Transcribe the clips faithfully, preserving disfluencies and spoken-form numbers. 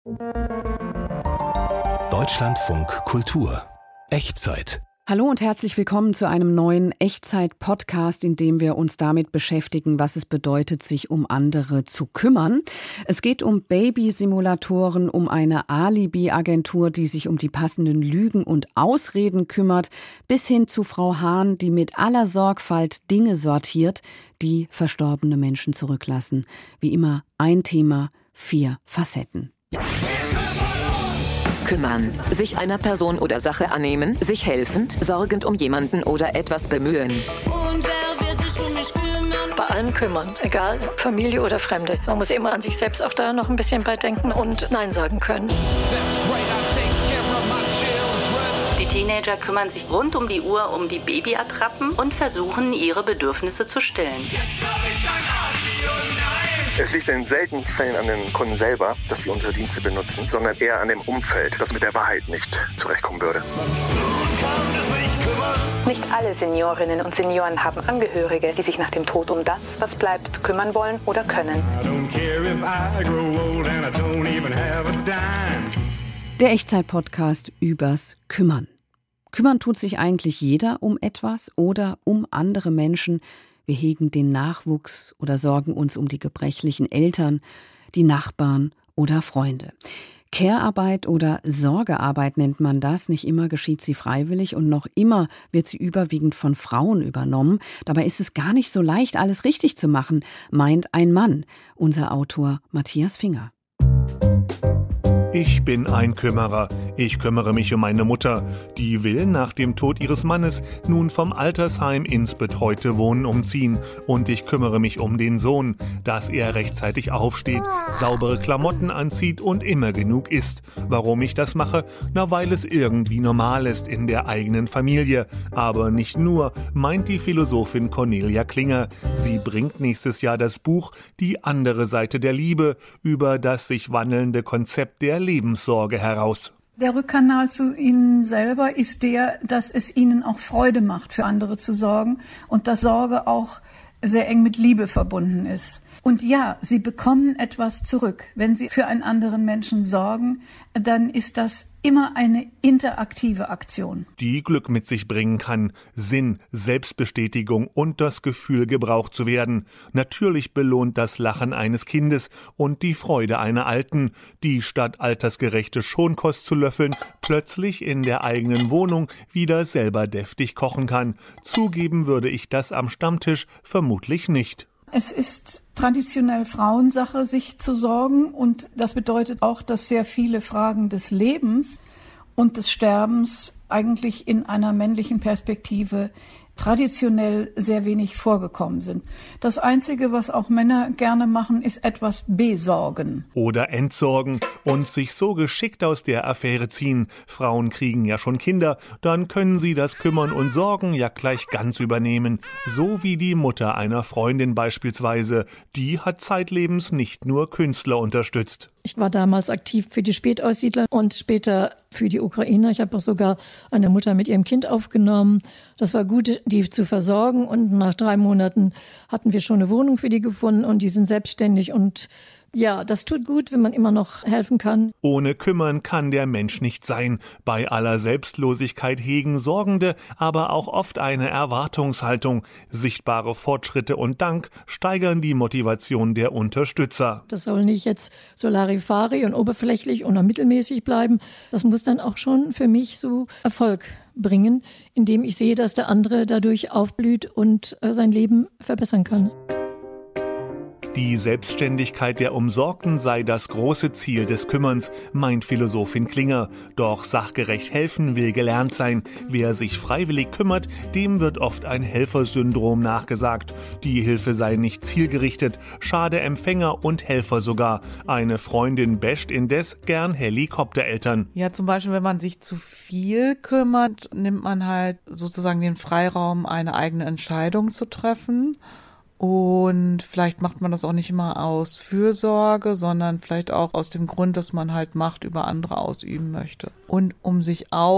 Deutschlandfunk Kultur. Echtzeit. Hallo und herzlich willkommen zu einem neuen Echtzeit-Podcast, in dem wir uns damit beschäftigen, was es bedeutet, sich um andere zu kümmern. Es geht um Babysimulatoren, um eine Alibi-Agentur, die sich um die passenden Lügen und Ausreden kümmert, bis hin zu Frau Hahn, die mit aller Sorgfalt Dinge sortiert, die verstorbene Menschen zurücklassen. Wie immer ein Thema, vier Facetten. Kümmern. Sich einer Person oder Sache annehmen, sich helfend, sorgend um jemanden oder etwas bemühen. Und wer wird sich um mich kümmern? Bei allem kümmern, egal Familie oder Fremde. Man muss immer an sich selbst auch da noch ein bisschen beidenken und Nein sagen können. Die Teenager kümmern sich rund um die Uhr um die Babyattrappen und versuchen, ihre Bedürfnisse zu stillen. Es liegt in seltenen Fällen an den Kunden selber, dass sie unsere Dienste benutzen, sondern eher an dem Umfeld, das mit der Wahrheit nicht zurechtkommen würde. Nicht alle Seniorinnen und Senioren haben Angehörige, die sich nach dem Tod um das, was bleibt, kümmern wollen oder können. Der Echtzeit-Podcast übers Kümmern. Kümmern tut sich eigentlich jeder um etwas oder um andere Menschen. Wir hegen den Nachwuchs oder sorgen uns um die gebrechlichen Eltern, die Nachbarn oder Freunde. Care-Arbeit oder Sorgearbeit nennt man das. Nicht immer geschieht sie freiwillig und noch immer wird sie überwiegend von Frauen übernommen. Dabei ist es gar nicht so leicht, alles richtig zu machen, meint ein Mann, unser Autor Matthias Finger. Ich bin ein Kümmerer. Ich kümmere mich um meine Mutter. Die will nach dem Tod ihres Mannes nun vom Altersheim ins betreute Wohnen umziehen. Und ich kümmere mich um den Sohn, dass er rechtzeitig aufsteht, saubere Klamotten anzieht und immer genug isst. Warum ich das mache? Na, weil es irgendwie normal ist in der eigenen Familie. Aber nicht nur, meint die Philosophin Cornelia Klinger. Sie bringt nächstes Jahr das Buch Die andere Seite der Liebe über das sich wandelnde Konzept der Lebenssorge heraus. Der Rückkanal zu Ihnen selber ist der, dass es Ihnen auch Freude macht, für andere zu sorgen und dass Sorge auch sehr eng mit Liebe verbunden ist. Und ja, Sie bekommen etwas zurück. Wenn Sie für einen anderen Menschen sorgen, dann ist das immer eine interaktive Aktion, die Glück mit sich bringen kann, Sinn, Selbstbestätigung und das Gefühl, gebraucht zu werden. Natürlich belohnt das Lachen eines Kindes und die Freude einer Alten, die statt altersgerechte Schonkost zu löffeln, plötzlich in der eigenen Wohnung wieder selber deftig kochen kann. Zugeben würde ich das am Stammtisch vermutlich nicht. Es ist traditionell Frauensache, sich zu sorgen, und das bedeutet auch, dass sehr viele Fragen des Lebens und des Sterbens eigentlich in einer männlichen Perspektive traditionell sehr wenig vorgekommen sind. Das Einzige, was auch Männer gerne machen, ist etwas besorgen. Oder entsorgen und sich so geschickt aus der Affäre ziehen. Frauen kriegen ja schon Kinder, dann können sie das Kümmern und Sorgen ja gleich ganz übernehmen. So wie die Mutter einer Freundin beispielsweise. Die hat zeitlebens nicht nur Künstler unterstützt. Ich war damals aktiv für die Spätaussiedler und später für die Ukrainer. Ich habe auch sogar eine Mutter mit ihrem Kind aufgenommen. Das war gut, die zu versorgen. Und nach drei Monaten hatten wir schon eine Wohnung für die gefunden und die sind selbstständig. Und ja, das tut gut, wenn man immer noch helfen kann. Ohne Kümmern kann der Mensch nicht sein. Bei aller Selbstlosigkeit hegen Sorgende aber auch oft eine Erwartungshaltung. Sichtbare Fortschritte und Dank steigern die Motivation der Unterstützer. Das soll nicht jetzt so Larifari und oberflächlich und mittelmäßig bleiben. Das muss dann auch schon für mich so Erfolg bringen, indem ich sehe, dass der andere dadurch aufblüht und sein Leben verbessern kann. Die Selbstständigkeit der Umsorgten sei das große Ziel des Kümmerns, meint Philosophin Klinger. Doch sachgerecht helfen will gelernt sein. Wer sich freiwillig kümmert, dem wird oft ein Helfersyndrom nachgesagt. Die Hilfe sei nicht zielgerichtet, schade Empfänger und Helfer sogar. Eine Freundin basht indes gern Helikoptereltern. Ja, zum Beispiel, wenn man sich zu viel kümmert, nimmt man halt sozusagen den Freiraum, eine eigene Entscheidung zu treffen. Und vielleicht macht man das auch nicht immer aus Fürsorge, sondern vielleicht auch aus dem Grund, dass man halt Macht über andere ausüben möchte. Und um sich auch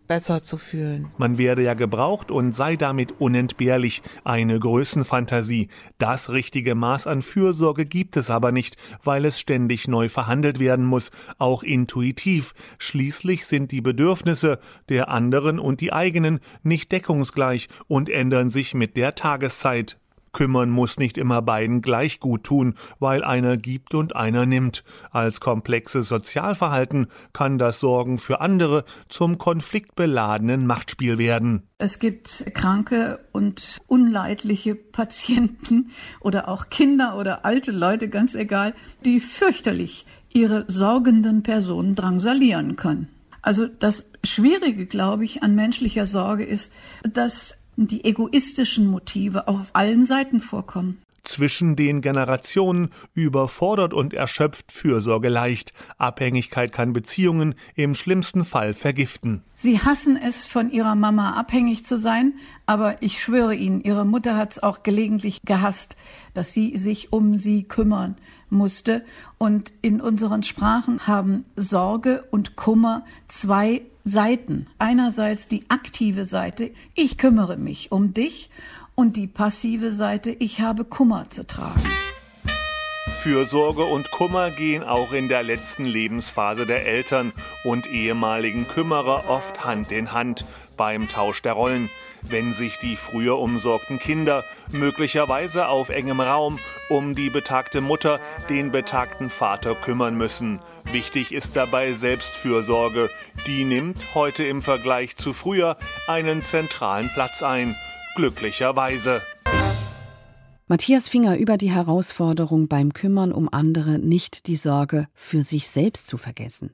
besser zu fühlen. Man werde ja gebraucht und sei damit unentbehrlich. Eine Größenfantasie. Das richtige Maß an Fürsorge gibt es aber nicht, weil es ständig neu verhandelt werden muss, auch intuitiv. Schließlich sind die Bedürfnisse der anderen und die eigenen nicht deckungsgleich und ändern sich mit der Tageszeit. Kümmern muss nicht immer beiden gleich gut tun, weil einer gibt und einer nimmt. Als komplexes Sozialverhalten kann das Sorgen für andere zum konfliktbeladenen Machtspiel werden. Es gibt kranke und unleidliche Patienten oder auch Kinder oder alte Leute, ganz egal, die fürchterlich ihre sorgenden Personen drangsalieren können. Also das Schwierige, glaube ich, an menschlicher Sorge ist, dass die egoistischen Motive auch auf allen Seiten vorkommen. Zwischen den Generationen überfordert und erschöpft Fürsorge leicht. Abhängigkeit kann Beziehungen im schlimmsten Fall vergiften. Sie hassen es, von ihrer Mama abhängig zu sein, aber ich schwöre Ihnen, Ihre Mutter hat es auch gelegentlich gehasst, dass sie sich um sie kümmern musste. Und in unseren Sprachen haben Sorge und Kummer zwei Seiten. Einerseits die aktive Seite, ich kümmere mich um dich, und die passive Seite, ich habe Kummer zu tragen. Fürsorge und Kummer gehen auch in der letzten Lebensphase der Eltern und ehemaligen Kümmerer oft Hand in Hand beim Tausch der Rollen. Wenn sich die früher umsorgten Kinder möglicherweise auf engem Raum um die betagte Mutter, den betagten Vater kümmern müssen. Wichtig ist dabei Selbstfürsorge. Die nimmt heute im Vergleich zu früher einen zentralen Platz ein. Glücklicherweise. Matthias Finger über die Herausforderung beim Kümmern um andere, nicht die Sorge für sich selbst zu vergessen.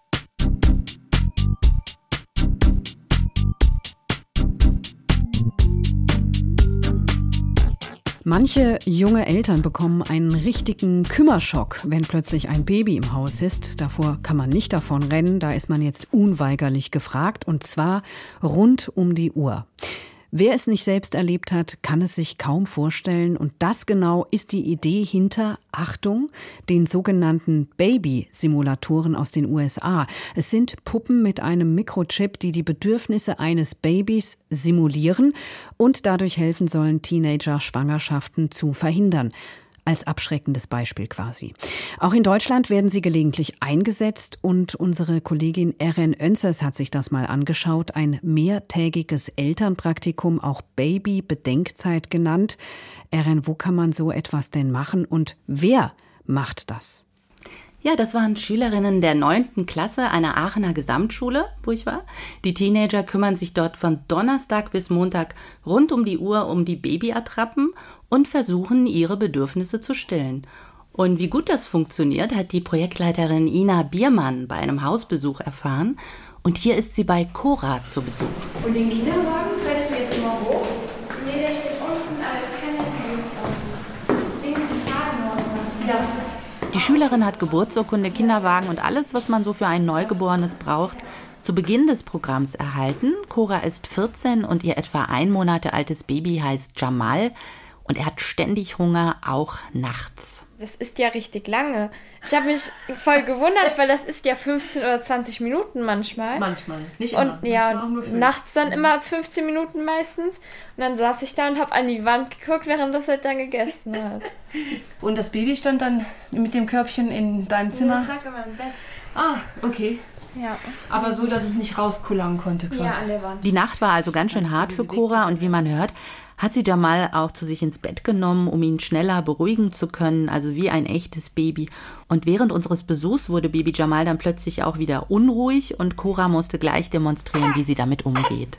Manche junge Eltern bekommen einen richtigen Kümmerschock, wenn plötzlich ein Baby im Haus ist. Davor kann man nicht davon rennen, da ist man jetzt unweigerlich gefragt, und zwar rund um die Uhr. Wer es nicht selbst erlebt hat, kann es sich kaum vorstellen. Und das genau ist die Idee hinter, Achtung, den sogenannten Baby-Simulatoren aus den U S A. Es sind Puppen mit einem Mikrochip, die die Bedürfnisse eines Babys simulieren und dadurch helfen sollen, Teenager Schwangerschaften zu verhindern. Als abschreckendes Beispiel quasi. Auch in Deutschland werden sie gelegentlich eingesetzt und unsere Kollegin Eren Önzers hat sich das mal angeschaut. Ein mehrtägiges Elternpraktikum, auch Baby-Bedenkzeit genannt. Eren, wo kann man so etwas denn machen und wer macht das? Ja, das waren Schülerinnen der neunten Klasse einer Aachener Gesamtschule, wo ich war. Die Teenager kümmern sich dort von Donnerstag bis Montag rund um die Uhr um die Babyattrappen und versuchen, ihre Bedürfnisse zu stillen. Und wie gut das funktioniert, hat die Projektleiterin Ina Biermann bei einem Hausbesuch erfahren. Und hier ist sie bei Cora zu Besuch. Und den Kinderwagen trägst du jetzt immer hoch? Nee, der steht unten, aber ich kann nicht links. Links im Fadenhaus machen. Ja. Die Schülerin hat Geburtsurkunde, Kinderwagen und alles, was man so für ein Neugeborenes braucht, zu Beginn des Programms erhalten. Cora ist vierzehn und ihr etwa ein Monate altes Baby heißt Jamal. Und er hat ständig Hunger, auch nachts. Das ist ja richtig lange. Ich habe mich voll gewundert, weil das ist ja fünfzehn oder zwanzig Minuten manchmal. Manchmal, nicht immer. Und ja, nachts dann immer fünfzehn Minuten meistens. Und dann saß ich da und habe an die Wand geguckt, während das halt dann gegessen hat. Und das Baby stand dann mit dem Körbchen in deinem Zimmer? Das lag immer im Bett. Ah, okay. Ja. Aber so, dass es nicht rauskullern konnte. Quasi. Ja, an der Wand. Die Nacht war also ganz schön hart für Cora und wie man hört, hat sie Jamal auch zu sich ins Bett genommen, um ihn schneller beruhigen zu können, also wie ein echtes Baby. Und während unseres Besuchs wurde Baby Jamal dann plötzlich auch wieder unruhig und Cora musste gleich demonstrieren, wie sie damit umgeht.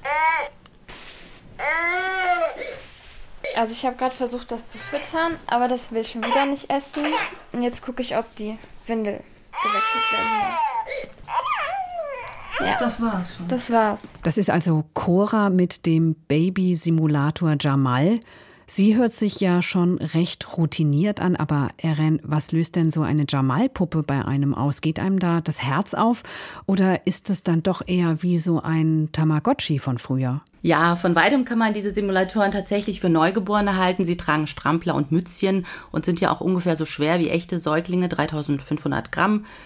Also ich habe gerade versucht, das zu füttern, aber das will schon wieder nicht essen. Und jetzt gucke ich, ob die Windel gewechselt werden muss. Ja, das war's schon. Das war's. Das ist also Cora mit dem Baby-Simulator Jamal. Sie hört sich ja schon recht routiniert an, aber Eren, was löst denn so eine Jamal-Puppe bei einem aus? Geht einem da das Herz auf oder ist es dann doch eher wie so ein Tamagotchi von früher? Ja, von weitem kann man diese Simulatoren tatsächlich für Neugeborene halten. Sie tragen Strampler und Mützchen und sind ja auch ungefähr so schwer wie echte Säuglinge, dreitausendfünfhundert Gramm.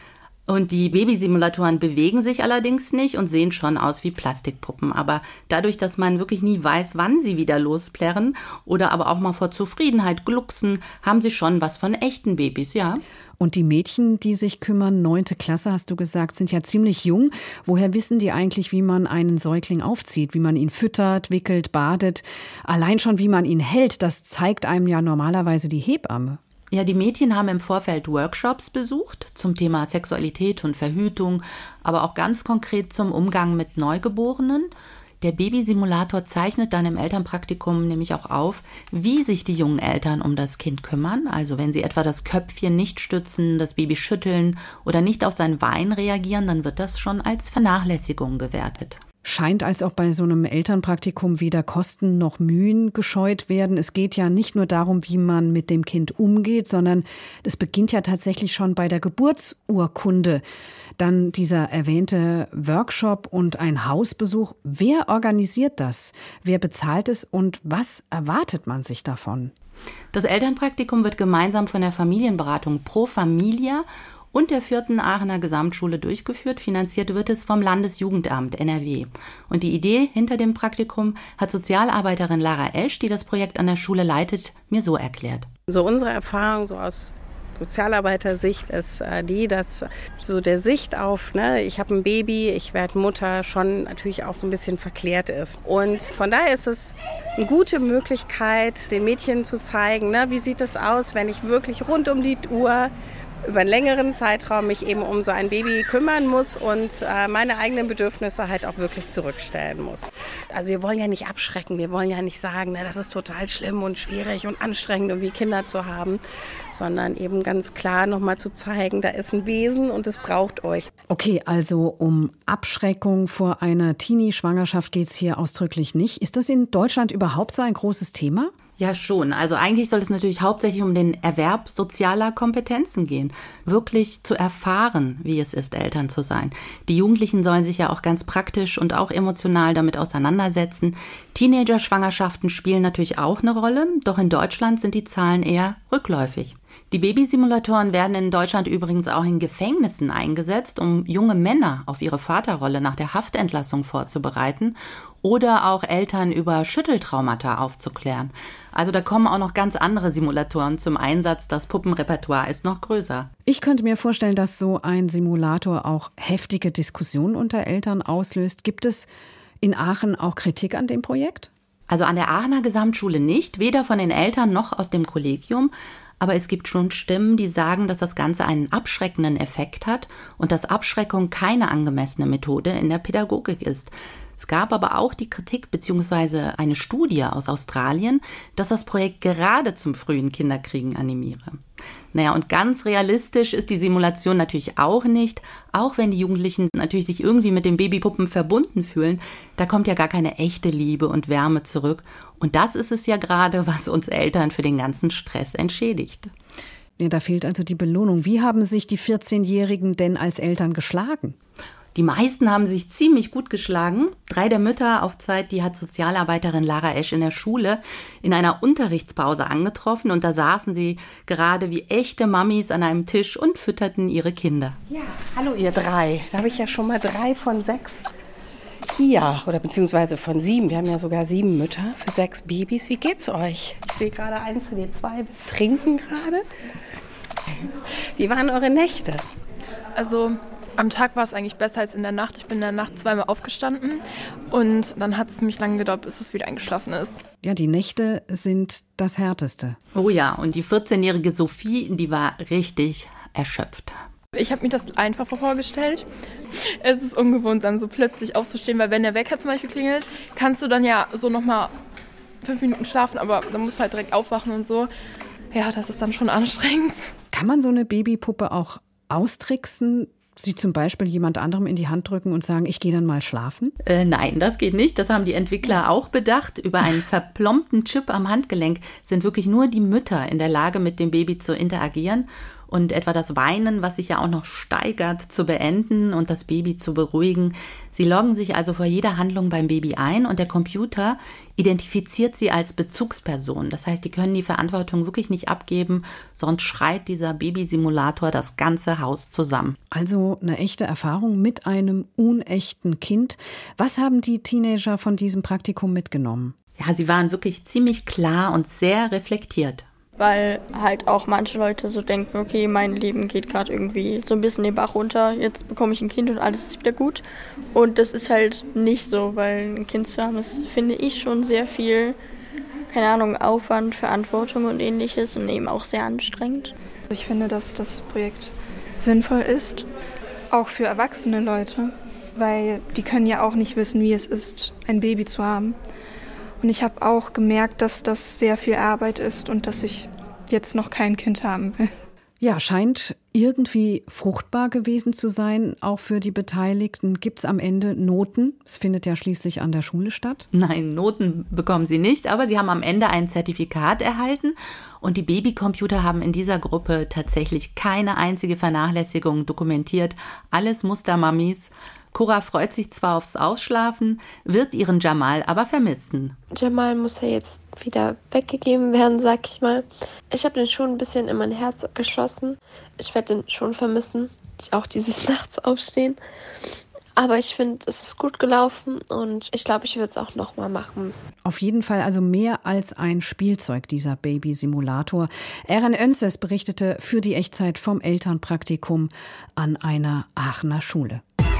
Und die Babysimulatoren bewegen sich allerdings nicht und sehen schon aus wie Plastikpuppen. Aber dadurch, dass man wirklich nie weiß, wann sie wieder losplärren oder aber auch mal vor Zufriedenheit glucksen, haben sie schon was von echten Babys, ja. Und die Mädchen, die sich kümmern, neunte Klasse, hast du gesagt, sind ja ziemlich jung. Woher wissen die eigentlich, wie man einen Säugling aufzieht, wie man ihn füttert, wickelt, badet? Allein schon, wie man ihn hält, das zeigt einem ja normalerweise die Hebamme. Ja, die Mädchen haben im Vorfeld Workshops besucht zum Thema Sexualität und Verhütung, aber auch ganz konkret zum Umgang mit Neugeborenen. Der Babysimulator zeichnet dann im Elternpraktikum nämlich auch auf, wie sich die jungen Eltern um das Kind kümmern. Also wenn sie etwa das Köpfchen nicht stützen, das Baby schütteln oder nicht auf sein Weinen reagieren, dann wird das schon als Vernachlässigung gewertet. Scheint, als ob bei so einem Elternpraktikum weder Kosten noch Mühen gescheut werden. Es geht ja nicht nur darum, wie man mit dem Kind umgeht, sondern es beginnt ja tatsächlich schon bei der Geburtsurkunde. Dann dieser erwähnte Workshop und ein Hausbesuch. Wer organisiert das? Wer bezahlt es und was erwartet man sich davon? Das Elternpraktikum wird gemeinsam von der Familienberatung Pro Familia und der vierten Aachener Gesamtschule durchgeführt. Finanziert wird es vom Landesjugendamt N R W. Und die Idee hinter dem Praktikum hat Sozialarbeiterin Lara Esch, die das Projekt an der Schule leitet, mir so erklärt. So unsere Erfahrung so aus Sozialarbeitersicht ist äh, die, dass so der Sicht auf, ne, ich habe ein Baby, ich werde Mutter, schon natürlich auch so ein bisschen verklärt ist. Und von daher ist es eine gute Möglichkeit, den Mädchen zu zeigen, ne, wie sieht es aus, wenn ich wirklich rund um die Uhr über einen längeren Zeitraum mich eben um so ein Baby kümmern muss und äh, meine eigenen Bedürfnisse halt auch wirklich zurückstellen muss. Also wir wollen ja nicht abschrecken, wir wollen ja nicht sagen, na, das ist total schlimm und schwierig und anstrengend, irgendwie Kinder zu haben, sondern eben ganz klar nochmal zu zeigen, da ist ein Wesen und es braucht euch. Okay, also um Abschreckung vor einer Teenie-Schwangerschaft geht es hier ausdrücklich nicht. Ist das in Deutschland überhaupt so ein großes Thema? Ja, schon. Also eigentlich soll es natürlich hauptsächlich um den Erwerb sozialer Kompetenzen gehen. Wirklich zu erfahren, wie es ist, Eltern zu sein. Die Jugendlichen sollen sich ja auch ganz praktisch und auch emotional damit auseinandersetzen. Teenager-Schwangerschaften spielen natürlich auch eine Rolle, doch in Deutschland sind die Zahlen eher rückläufig. Die Babysimulatoren werden in Deutschland übrigens auch in Gefängnissen eingesetzt, um junge Männer auf ihre Vaterrolle nach der Haftentlassung vorzubereiten oder auch Eltern über Schütteltraumata aufzuklären. Also da kommen auch noch ganz andere Simulatoren zum Einsatz. Das Puppenrepertoire ist noch größer. Ich könnte mir vorstellen, dass so ein Simulator auch heftige Diskussionen unter Eltern auslöst. Gibt es in Aachen auch Kritik an dem Projekt? Also an der Aachener Gesamtschule nicht, weder von den Eltern noch aus dem Kollegium. Aber es gibt schon Stimmen, die sagen, dass das Ganze einen abschreckenden Effekt hat und dass Abschreckung keine angemessene Methode in der Pädagogik ist. Es gab aber auch die Kritik bzw. eine Studie aus Australien, dass das Projekt gerade zum frühen Kinderkriegen animiere. Naja, und ganz realistisch ist die Simulation natürlich auch nicht, auch wenn die Jugendlichen natürlich sich irgendwie mit den Babypuppen verbunden fühlen. Da kommt ja gar keine echte Liebe und Wärme zurück. Und das ist es ja gerade, was uns Eltern für den ganzen Stress entschädigt. Ja, da fehlt also die Belohnung. Wie haben sich die vierzehnjährigen denn als Eltern geschlagen? Die meisten haben sich ziemlich gut geschlagen. Drei der Mütter auf Zeit, die hat Sozialarbeiterin Lara Esch in der Schule in einer Unterrichtspause angetroffen. Und da saßen sie gerade wie echte Mamis an einem Tisch und fütterten ihre Kinder. Ja, hallo ihr drei. Da habe ich ja schon mal drei von sechs hier, oder beziehungsweise von sieben. Wir haben ja sogar sieben Mütter für sechs Babys. Wie geht's euch? Ich sehe gerade eins von den zwei trinken gerade. Wie waren eure Nächte? Also am Tag war es eigentlich besser als in der Nacht. Ich bin in der Nacht zweimal aufgestanden und dann hat es ziemlich lange gedauert, bis es wieder eingeschlafen ist. Ja, die Nächte sind das Härteste. Oh ja, und die vierzehnjährige Sophie, die war richtig erschöpft. Ich habe mir das einfacher vorgestellt. Es ist ungewohnt, dann so plötzlich aufzustehen, weil wenn der Wecker zum Beispiel klingelt, kannst du dann ja so nochmal fünf Minuten schlafen, aber dann musst du halt direkt aufwachen und so. Ja, das ist dann schon anstrengend. Kann man so eine Babypuppe auch austricksen? Sie zum Beispiel jemand anderem in die Hand drücken und sagen, ich gehe dann mal schlafen? Äh, nein, das geht nicht. Das haben die Entwickler auch bedacht. Über einen verplombten Chip am Handgelenk sind wirklich nur die Mütter in der Lage, mit dem Baby zu interagieren. und etwa das Weinen, was sich ja auch noch steigert, zu beenden und das Baby zu beruhigen. Sie loggen sich also vor jeder Handlung beim Baby ein und der Computer identifiziert sie als Bezugsperson. Das heißt, die können die Verantwortung wirklich nicht abgeben, sonst schreit dieser Babysimulator das ganze Haus zusammen. Also eine echte Erfahrung mit einem unechten Kind. Was haben die Teenager von diesem Praktikum mitgenommen? Ja, sie waren wirklich ziemlich klar und sehr reflektiert. Weil halt auch manche Leute so denken, okay, mein Leben geht gerade irgendwie so ein bisschen den Bach runter, jetzt bekomme ich ein Kind und alles ist wieder gut. Und das ist halt nicht so, weil ein Kind zu haben, das finde ich schon sehr viel, keine Ahnung, Aufwand, Verantwortung und ähnliches und eben auch sehr anstrengend. Ich finde, dass das Projekt sinnvoll ist, auch für erwachsene Leute, weil die können ja auch nicht wissen, wie es ist, ein Baby zu haben. Und ich habe auch gemerkt, dass das sehr viel Arbeit ist und dass ich jetzt noch kein Kind haben will. Ja, scheint irgendwie fruchtbar gewesen zu sein, auch für die Beteiligten. Gibt es am Ende Noten? Es findet ja schließlich an der Schule statt. Nein, Noten bekommen sie nicht, aber sie haben am Ende ein Zertifikat erhalten. Und die Babycomputer haben in dieser Gruppe tatsächlich keine einzige Vernachlässigung dokumentiert. Alles Mustermamis. Cora freut sich zwar aufs Ausschlafen, wird ihren Jamal aber vermissen. Jamal muss ja jetzt wieder weggegeben werden, sag ich mal. Ich habe den schon ein bisschen in mein Herz geschlossen. Ich werde den schon vermissen, auch dieses Nachts aufstehen. Aber ich finde, es ist gut gelaufen und ich glaube, ich würde es auch nochmal machen. Auf jeden Fall also mehr als ein Spielzeug, dieser Baby-Simulator. Eren Önses berichtete für die Echtzeit vom Elternpraktikum an einer Aachener Schule.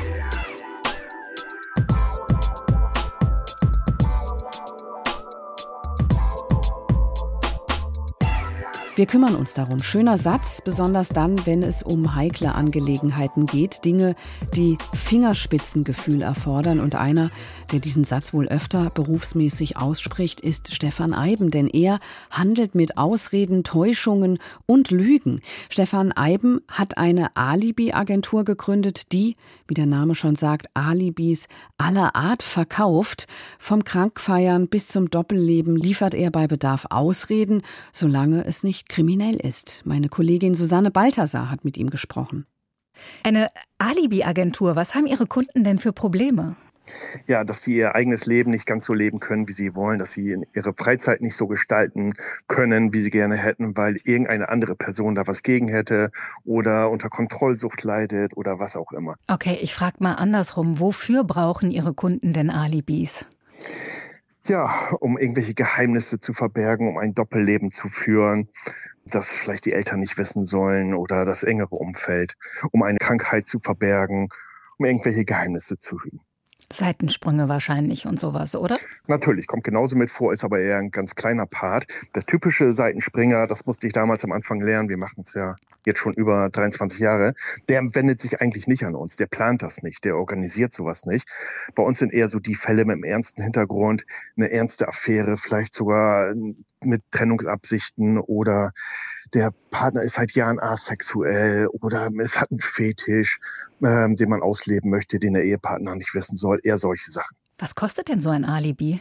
Wir kümmern uns darum. Schöner Satz, besonders dann, wenn es um heikle Angelegenheiten geht. Dinge, die Fingerspitzengefühl erfordern. Und einer, der diesen Satz wohl öfter berufsmäßig ausspricht, ist Stefan Eiben. Denn er handelt mit Ausreden, Täuschungen und Lügen. Stefan Eiben hat eine Alibi-Agentur gegründet, die, wie der Name schon sagt, Alibis aller Art verkauft. Vom Krankfeiern bis zum Doppelleben liefert er bei Bedarf Ausreden, solange es nicht kriminell ist. Meine Kollegin Susanne Balthasar hat mit ihm gesprochen. Eine Alibi-Agentur, was haben Ihre Kunden denn für Probleme? Ja, dass sie ihr eigenes Leben nicht ganz so leben können, wie sie wollen, dass sie ihre Freizeit nicht so gestalten können, wie sie gerne hätten, weil irgendeine andere Person da was gegen hätte oder unter Kontrollsucht leidet oder was auch immer. Okay, ich frage mal andersrum. Wofür brauchen Ihre Kunden denn Alibis? Ja, um irgendwelche Geheimnisse zu verbergen, um ein Doppelleben zu führen, das vielleicht die Eltern nicht wissen sollen oder das engere Umfeld, um eine Krankheit zu verbergen, um irgendwelche Geheimnisse zu hüten. Seitensprünge wahrscheinlich und sowas, oder? Natürlich, kommt genauso mit vor, ist aber eher ein ganz kleiner Part. Der typische Seitenspringer, das musste ich damals am Anfang lernen, wir machen es ja jetzt schon über dreiundzwanzig Jahre, der wendet sich eigentlich nicht an uns, der plant das nicht, der organisiert sowas nicht. Bei uns sind eher so die Fälle mit einem ernsten Hintergrund, eine ernste Affäre, vielleicht sogar mit Trennungsabsichten oder der Partner ist seit Jahren asexuell oder es hat einen Fetisch, ähm, den man ausleben möchte, den der Ehepartner nicht wissen soll, eher solche Sachen. Was kostet denn so ein Alibi?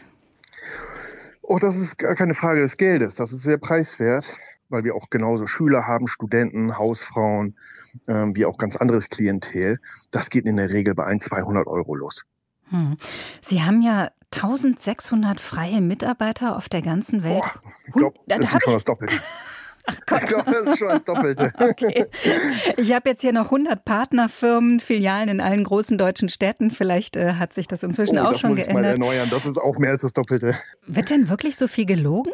Oh, das ist gar keine Frage des Geldes, das ist sehr preiswert, weil wir auch genauso Schüler haben, Studenten, Hausfrauen, ähm, wie auch ganz anderes Klientel. Das geht in der Regel bei ein, zweihundert Euro los. Hm. Sie haben ja eintausendsechshundert freie Mitarbeiter auf der ganzen Welt. Boah, ich glaube, das ist schon das Doppelte. Ach Gott. Ich glaube, das ist schon das Doppelte. Okay. Ich habe jetzt hier noch hundert Partnerfirmen, Filialen in allen großen deutschen Städten. Vielleicht äh, hat sich das inzwischen oh, auch das schon muss ich geändert. mal erneuern. Das ist auch mehr als das Doppelte. Wird denn wirklich so viel gelogen?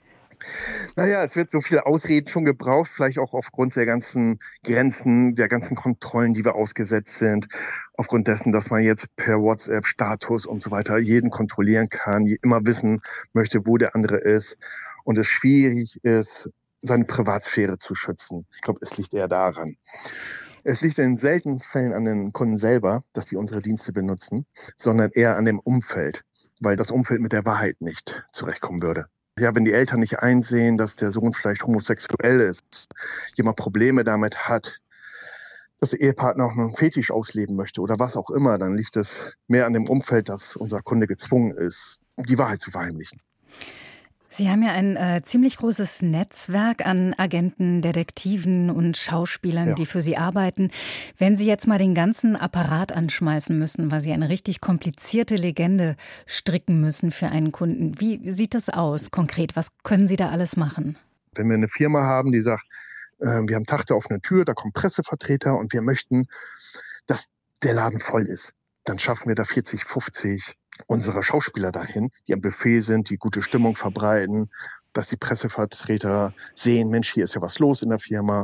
Naja, es wird so viele Ausreden schon gebraucht, vielleicht auch aufgrund der ganzen Grenzen, der ganzen Kontrollen, die wir ausgesetzt sind. Aufgrund dessen, dass man jetzt per WhatsApp-Status und so weiter jeden kontrollieren kann, immer wissen möchte, wo der andere ist. Und es schwierig ist, seine Privatsphäre zu schützen. Ich glaube, es liegt eher daran. Es liegt in seltenen Fällen an den Kunden selber, dass die unsere Dienste benutzen, sondern eher an dem Umfeld, weil das Umfeld mit der Wahrheit nicht zurechtkommen würde. Ja, wenn die Eltern nicht einsehen, dass der Sohn vielleicht homosexuell ist, jemand Probleme damit hat, dass der Ehepartner auch noch einen Fetisch ausleben möchte oder was auch immer, dann liegt es mehr an dem Umfeld, dass unser Kunde gezwungen ist, die Wahrheit zu verheimlichen. Sie haben ja ein äh, ziemlich großes Netzwerk an Agenten, Detektiven und Schauspielern, ja. die für Sie arbeiten. Wenn Sie jetzt mal den ganzen Apparat anschmeißen müssen, weil Sie eine richtig komplizierte Legende stricken müssen für einen Kunden, wie sieht das aus konkret? Was können Sie da alles machen? Wenn wir eine Firma haben, die sagt, äh, wir haben Tag der offenen Tür, da kommen Pressevertreter und wir möchten, dass der Laden voll ist, dann schaffen wir da vierzig, fünfzig unsere Schauspieler dahin, die am Buffet sind, die gute Stimmung verbreiten, dass die Pressevertreter sehen, Mensch, hier ist ja was los in der Firma.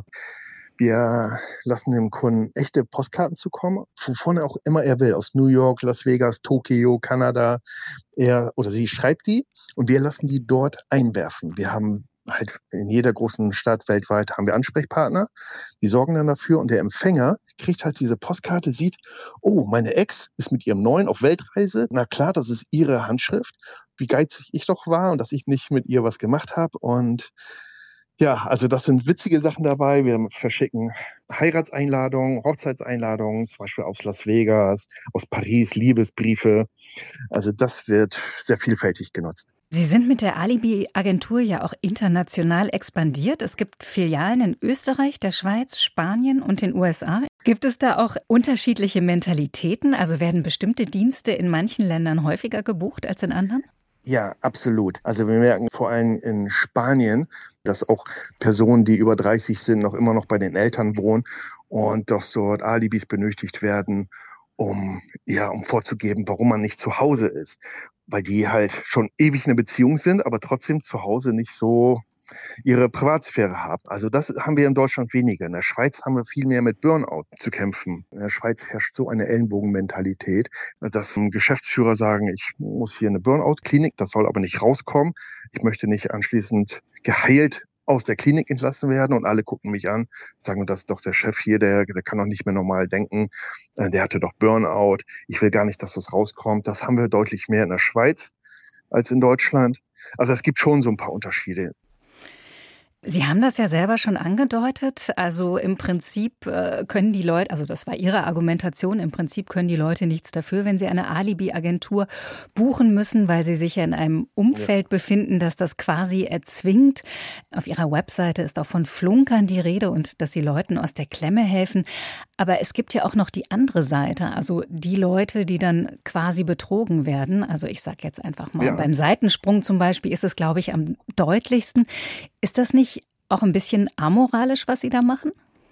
Wir lassen dem Kunden echte Postkarten zukommen, wovon er auch immer er will, aus New York, Las Vegas, Tokio, Kanada. Er oder sie schreibt die und wir lassen die dort einwerfen. Wir haben halt in jeder großen Stadt weltweit haben wir Ansprechpartner, die sorgen dann dafür und der Empfänger kriegt halt diese Postkarte, sieht, oh, meine Ex ist mit ihrem Neuen auf Weltreise, na klar, das ist ihre Handschrift, wie geizig ich doch war und dass ich nicht mit ihr was gemacht habe und ja, also das sind witzige Sachen dabei, wir verschicken Heiratseinladungen, Hochzeitseinladungen, zum Beispiel aus Las Vegas, aus Paris, Liebesbriefe, also das wird sehr vielfältig genutzt. Sie sind mit der Alibi-Agentur ja auch international expandiert. Es gibt Filialen in Österreich, der Schweiz, Spanien und den U S A. Gibt es da auch unterschiedliche Mentalitäten? Also werden bestimmte Dienste in manchen Ländern häufiger gebucht als in anderen? Ja, absolut. Also wir merken vor allem in Spanien, dass auch Personen, die über dreißig sind, noch immer noch bei den Eltern wohnen und dass dort Alibis benötigt werden, um ja, um vorzugeben, warum man nicht zu Hause ist. Weil die halt schon ewig eine Beziehung sind, aber trotzdem zu Hause nicht so ihre Privatsphäre haben. Also das haben wir in Deutschland weniger. In der Schweiz haben wir viel mehr mit Burnout zu kämpfen. In der Schweiz herrscht so eine Ellenbogenmentalität, dass Geschäftsführer sagen, ich muss hier eine Burnout-Klinik, das soll aber nicht rauskommen. Ich möchte nicht anschließend geheilt aus der Klinik entlassen werden und alle gucken mich an, sagen, das ist doch der Chef hier, der, der kann doch nicht mehr normal denken, der hatte doch Burnout, ich will gar nicht, dass das rauskommt. Das haben wir deutlich mehr in der Schweiz als in Deutschland. Also es gibt schon so ein paar Unterschiede. Sie haben das ja selber schon angedeutet. Also im Prinzip äh, können die Leute, also das war Ihre Argumentation, im Prinzip können die Leute nichts dafür, wenn sie eine Alibi-Agentur buchen müssen, weil sie sich ja in einem Umfeld ja. befinden, das das quasi erzwingt. Auf Ihrer Webseite ist auch von Flunkern die Rede und dass sie Leuten aus der Klemme helfen. Aber es gibt ja auch noch die andere Seite, also die Leute, die dann quasi betrogen werden. Also ich sage jetzt einfach mal, ja. beim Seitensprung zum Beispiel ist es, glaube ich, am deutlichsten. Ist das nicht auch ein bisschen amoralisch, was Sie da machen?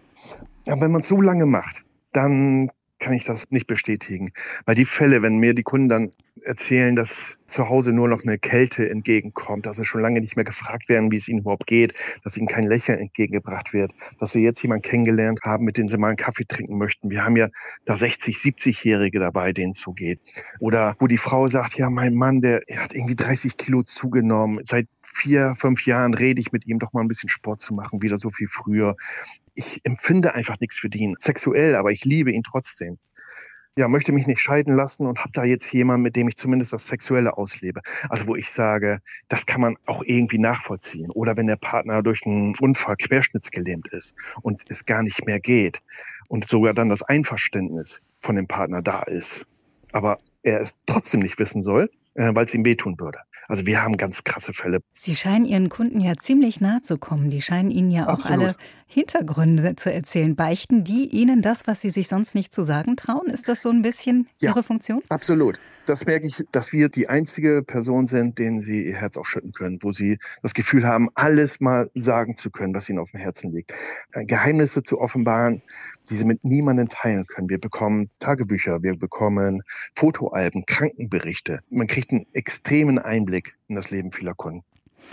Ja, wenn man es so lange macht, dann kann ich das nicht bestätigen. Weil die Fälle, wenn mir die Kunden dann erzählen, dass zu Hause nur noch eine Kälte entgegenkommt, dass sie schon lange nicht mehr gefragt werden, wie es ihnen überhaupt geht, dass ihnen kein Lächeln entgegengebracht wird, dass sie jetzt jemanden kennengelernt haben, mit dem sie mal einen Kaffee trinken möchten. Wir haben ja da sechzig-, siebzigjährige dabei, denen es so geht. Oder wo die Frau sagt, ja, mein Mann, der hat irgendwie dreißig Kilo zugenommen. Seit vier, fünf Jahren rede ich mit ihm, doch mal ein bisschen Sport zu machen, wieder so viel früher. Ich empfinde einfach nichts für ihn, sexuell, aber ich liebe ihn trotzdem. Ja, möchte mich nicht scheiden lassen und habe da jetzt jemanden, mit dem ich zumindest das Sexuelle auslebe. Also wo ich sage, das kann man auch irgendwie nachvollziehen. Oder wenn der Partner durch einen Unfall querschnittsgelähmt ist und es gar nicht mehr geht und sogar dann das Einverständnis von dem Partner da ist, aber er es trotzdem nicht wissen soll, weil es ihm wehtun würde. Also wir haben ganz krasse Fälle. Sie scheinen Ihren Kunden ja ziemlich nahe zu kommen. Die scheinen Ihnen ja auch Absolut. alle Hintergründe zu erzählen. Beichten die Ihnen das, was Sie sich sonst nicht zu sagen trauen? Ist das so ein bisschen ja, Ihre Funktion? Absolut. Das merke ich, dass wir die einzige Person sind, denen Sie ihr Herz auch schütten können, wo Sie das Gefühl haben, alles mal sagen zu können, was Ihnen auf dem Herzen liegt. Geheimnisse zu offenbaren, die Sie mit niemandem teilen können. Wir bekommen Tagebücher, wir bekommen Fotoalben, Krankenberichte. Man kriegt einen extremen Einblick in das Leben vieler Kunden.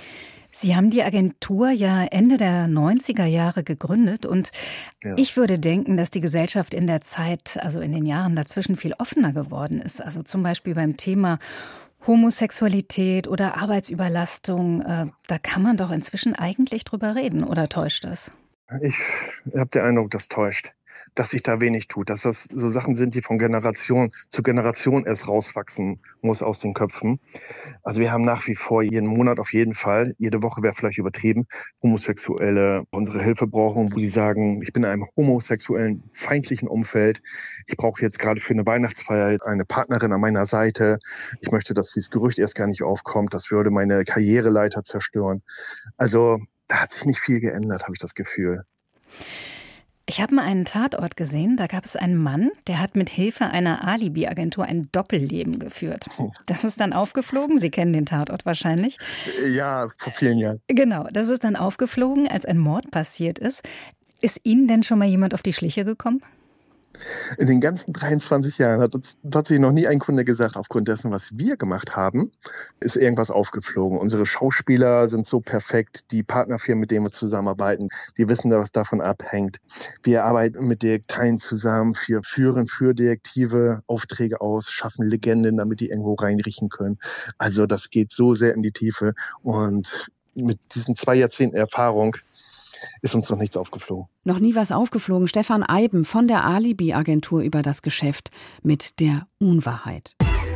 Sie haben die Agentur ja Ende der neunziger Jahre gegründet und ja. ich würde denken, dass die Gesellschaft in der Zeit, also in den Jahren dazwischen viel offener geworden ist. Also zum Beispiel beim Thema Homosexualität oder Arbeitsüberlastung, äh, da kann man doch inzwischen eigentlich drüber reden, oder täuscht das? Ich habe den Eindruck, das täuscht. dass sich da wenig tut, dass das so Sachen sind, die von Generation zu Generation erst rauswachsen muss aus den Köpfen. Also wir haben nach wie vor jeden Monat auf jeden Fall, jede Woche wäre vielleicht übertrieben, Homosexuelle unsere Hilfe brauchen, wo sie sagen, ich bin in einem homosexuellen, feindlichen Umfeld. Ich brauche jetzt gerade für eine Weihnachtsfeier eine Partnerin an meiner Seite. Ich möchte, dass dieses Gerücht erst gar nicht aufkommt. Das würde meine Karriereleiter zerstören. Also da hat sich nicht viel geändert, habe ich das Gefühl. Ich habe mal einen Tatort gesehen, da gab es einen Mann, der hat mit Hilfe einer Alibi-Agentur ein Doppelleben geführt. Das ist dann aufgeflogen, Sie kennen den Tatort wahrscheinlich. Ja, vor vielen Jahren. Genau, das ist dann aufgeflogen, als ein Mord passiert ist. Ist Ihnen denn schon mal jemand auf die Schliche gekommen? In den ganzen dreiundzwanzig Jahren hat uns tatsächlich noch nie ein Kunde gesagt, aufgrund dessen, was wir gemacht haben, ist irgendwas aufgeflogen. Unsere Schauspieler sind so perfekt, die Partnerfirmen, mit denen wir zusammenarbeiten, die wissen, was davon abhängt. Wir arbeiten mit Detektiven zusammen, wir führen für Detektive Aufträge aus, schaffen Legenden, damit die irgendwo reinriechen können. Also das geht so sehr in die Tiefe und mit diesen zwei Jahrzehnten Erfahrung ist uns noch nichts aufgeflogen. Noch nie was aufgeflogen. Stefan Eiben von der Alibi-Agentur über das Geschäft mit der Unwahrheit.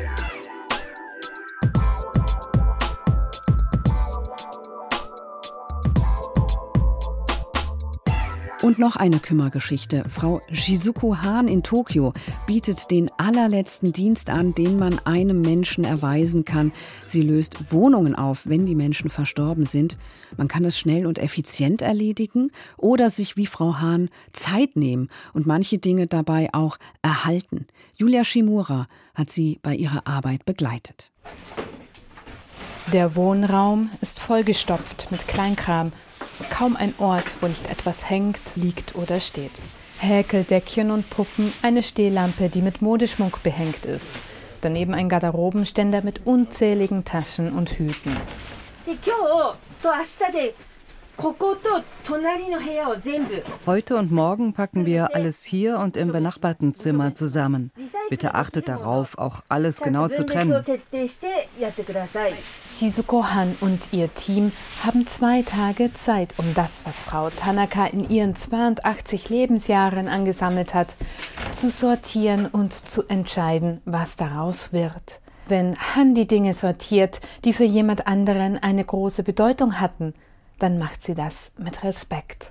Und noch eine Kümmergeschichte. Frau Shizuko Han in Tokio bietet den allerletzten Dienst an, den man einem Menschen erweisen kann. Sie löst Wohnungen auf, wenn die Menschen verstorben sind. Man kann es schnell und effizient erledigen oder sich wie Frau Han Zeit nehmen und manche Dinge dabei auch erhalten. Julia Shimura hat sie bei ihrer Arbeit begleitet. Der Wohnraum ist vollgestopft mit Kleinkram. Kaum ein Ort, wo nicht etwas hängt, liegt oder steht. Häkeldeckchen und Puppen, eine Stehlampe, die mit Modeschmuck behängt ist. Daneben ein Garderobenständer mit unzähligen Taschen und Hüten. Heute und morgen packen wir alles hier und im benachbarten Zimmer zusammen. Bitte achtet darauf, auch alles genau zu trennen. Shizuko Han und ihr Team haben zwei Tage Zeit, um das, was Frau Tanaka in ihren zweiundachtzig Lebensjahren angesammelt hat, zu sortieren und zu entscheiden, was daraus wird. Wenn Han die Dinge sortiert, die für jemand anderen eine große Bedeutung hatten, dann macht sie das mit Respekt.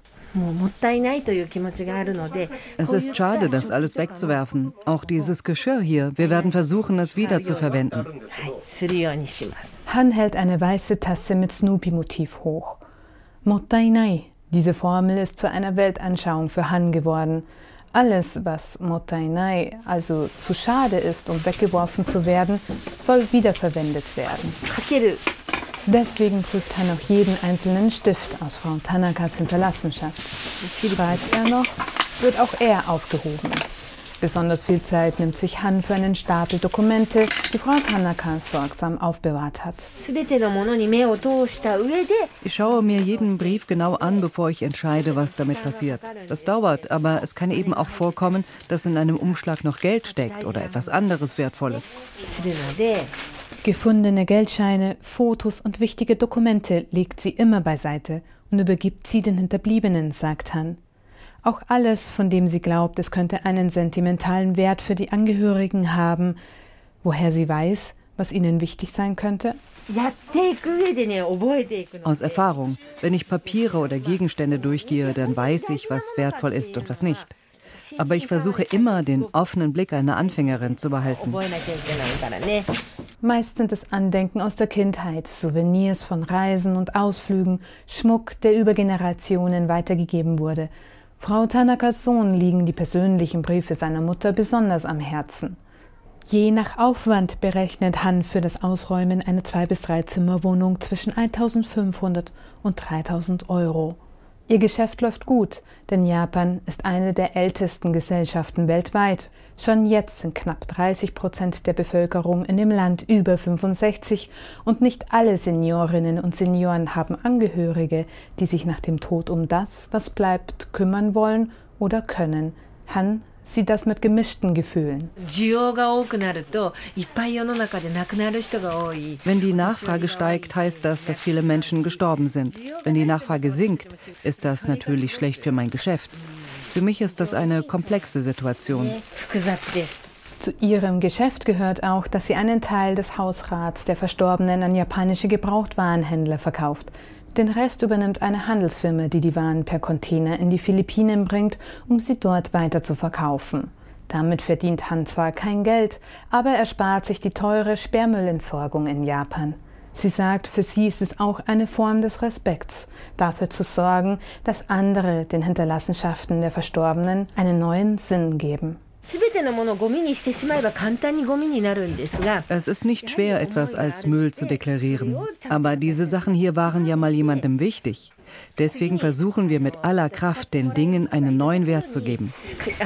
Es ist schade, das alles wegzuwerfen. Auch dieses Geschirr hier. Wir werden versuchen, es wieder zu verwenden. Han hält eine weiße Tasse mit Snoopy-Motiv hoch. Mottainai. Diese Formel ist zu einer Weltanschauung für Han geworden. Alles, was Mottainai, also zu schade ist, um weggeworfen zu werden, soll wiederverwendet werden. Deswegen prüft Han auch jeden einzelnen Stift aus Frau Tanakas Hinterlassenschaft. Schreibt er noch, wird auch er aufgehoben. Besonders viel Zeit nimmt sich Han für einen Stapel Dokumente, die Frau Tanaka sorgsam aufbewahrt hat. Ich schaue mir jeden Brief genau an, bevor ich entscheide, was damit passiert. Das dauert, aber es kann eben auch vorkommen, dass in einem Umschlag noch Geld steckt oder etwas anderes Wertvolles. Gefundene Geldscheine, Fotos und wichtige Dokumente legt sie immer beiseite und übergibt sie den Hinterbliebenen, sagt Han. Auch alles, von dem sie glaubt, es könnte einen sentimentalen Wert für die Angehörigen haben. Woher sie weiß, was ihnen wichtig sein könnte? Aus Erfahrung. Wenn ich Papiere oder Gegenstände durchgehe, dann weiß ich, was wertvoll ist und was nicht. Aber ich versuche immer, den offenen Blick einer Anfängerin zu behalten. Meist sind es Andenken aus der Kindheit, Souvenirs von Reisen und Ausflügen, Schmuck, der über Generationen weitergegeben wurde. Frau Tanakas Sohn liegen die persönlichen Briefe seiner Mutter besonders am Herzen. Je nach Aufwand berechnet Han für das Ausräumen einer zwei bis drei Zimmerwohnung zwischen eintausendfünfhundert und dreitausend Euro. Ihr Geschäft läuft gut, denn Japan ist eine der ältesten Gesellschaften weltweit. Schon jetzt sind knapp dreißig Prozent der Bevölkerung in dem Land über fünfundsechzig und nicht alle Seniorinnen und Senioren haben Angehörige, die sich nach dem Tod um das, was bleibt, kümmern wollen oder können. Han sieht das mit gemischten Gefühlen. Wenn die Nachfrage steigt, heißt das, dass viele Menschen gestorben sind. Wenn die Nachfrage sinkt, ist das natürlich schlecht für mein Geschäft. Für mich ist das eine komplexe Situation. Zu ihrem Geschäft gehört auch, dass sie einen Teil des Hausrats der Verstorbenen an japanische Gebrauchtwarenhändler verkauft. Den Rest übernimmt eine Handelsfirma, die die Waren per Container in die Philippinen bringt, um sie dort weiter zu verkaufen. Damit verdient Han zwar kein Geld, aber er spart sich die teure Sperrmüllentsorgung in Japan. Sie sagt, für sie ist es auch eine Form des Respekts, dafür zu sorgen, dass andere den Hinterlassenschaften der Verstorbenen einen neuen Sinn geben. Es ist nicht schwer, etwas als Müll zu deklarieren. Aber diese Sachen hier waren ja mal jemandem wichtig. Deswegen versuchen wir mit aller Kraft, den Dingen einen neuen Wert zu geben.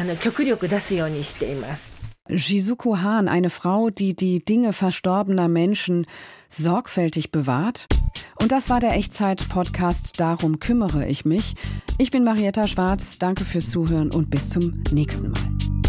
Shizuko Hahn, eine Frau, die die Dinge verstorbener Menschen sorgfältig bewahrt. Und das war der Echtzeit-Podcast Darum kümmere ich mich. Ich bin Marietta Schwarz, danke fürs Zuhören und bis zum nächsten Mal.